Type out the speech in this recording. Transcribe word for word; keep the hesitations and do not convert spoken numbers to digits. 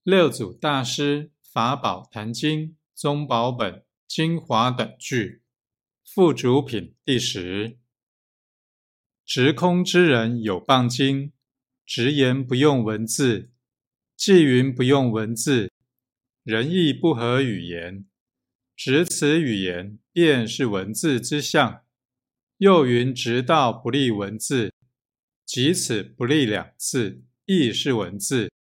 六祖大师法宝坛经宗宝本精华等句附主品第十。直空之人有谤经，直言不用文字，既云不用文字，人亦不合语言，直此语言便是文字之相。又云直道不立文字，即此不立两字亦是文字。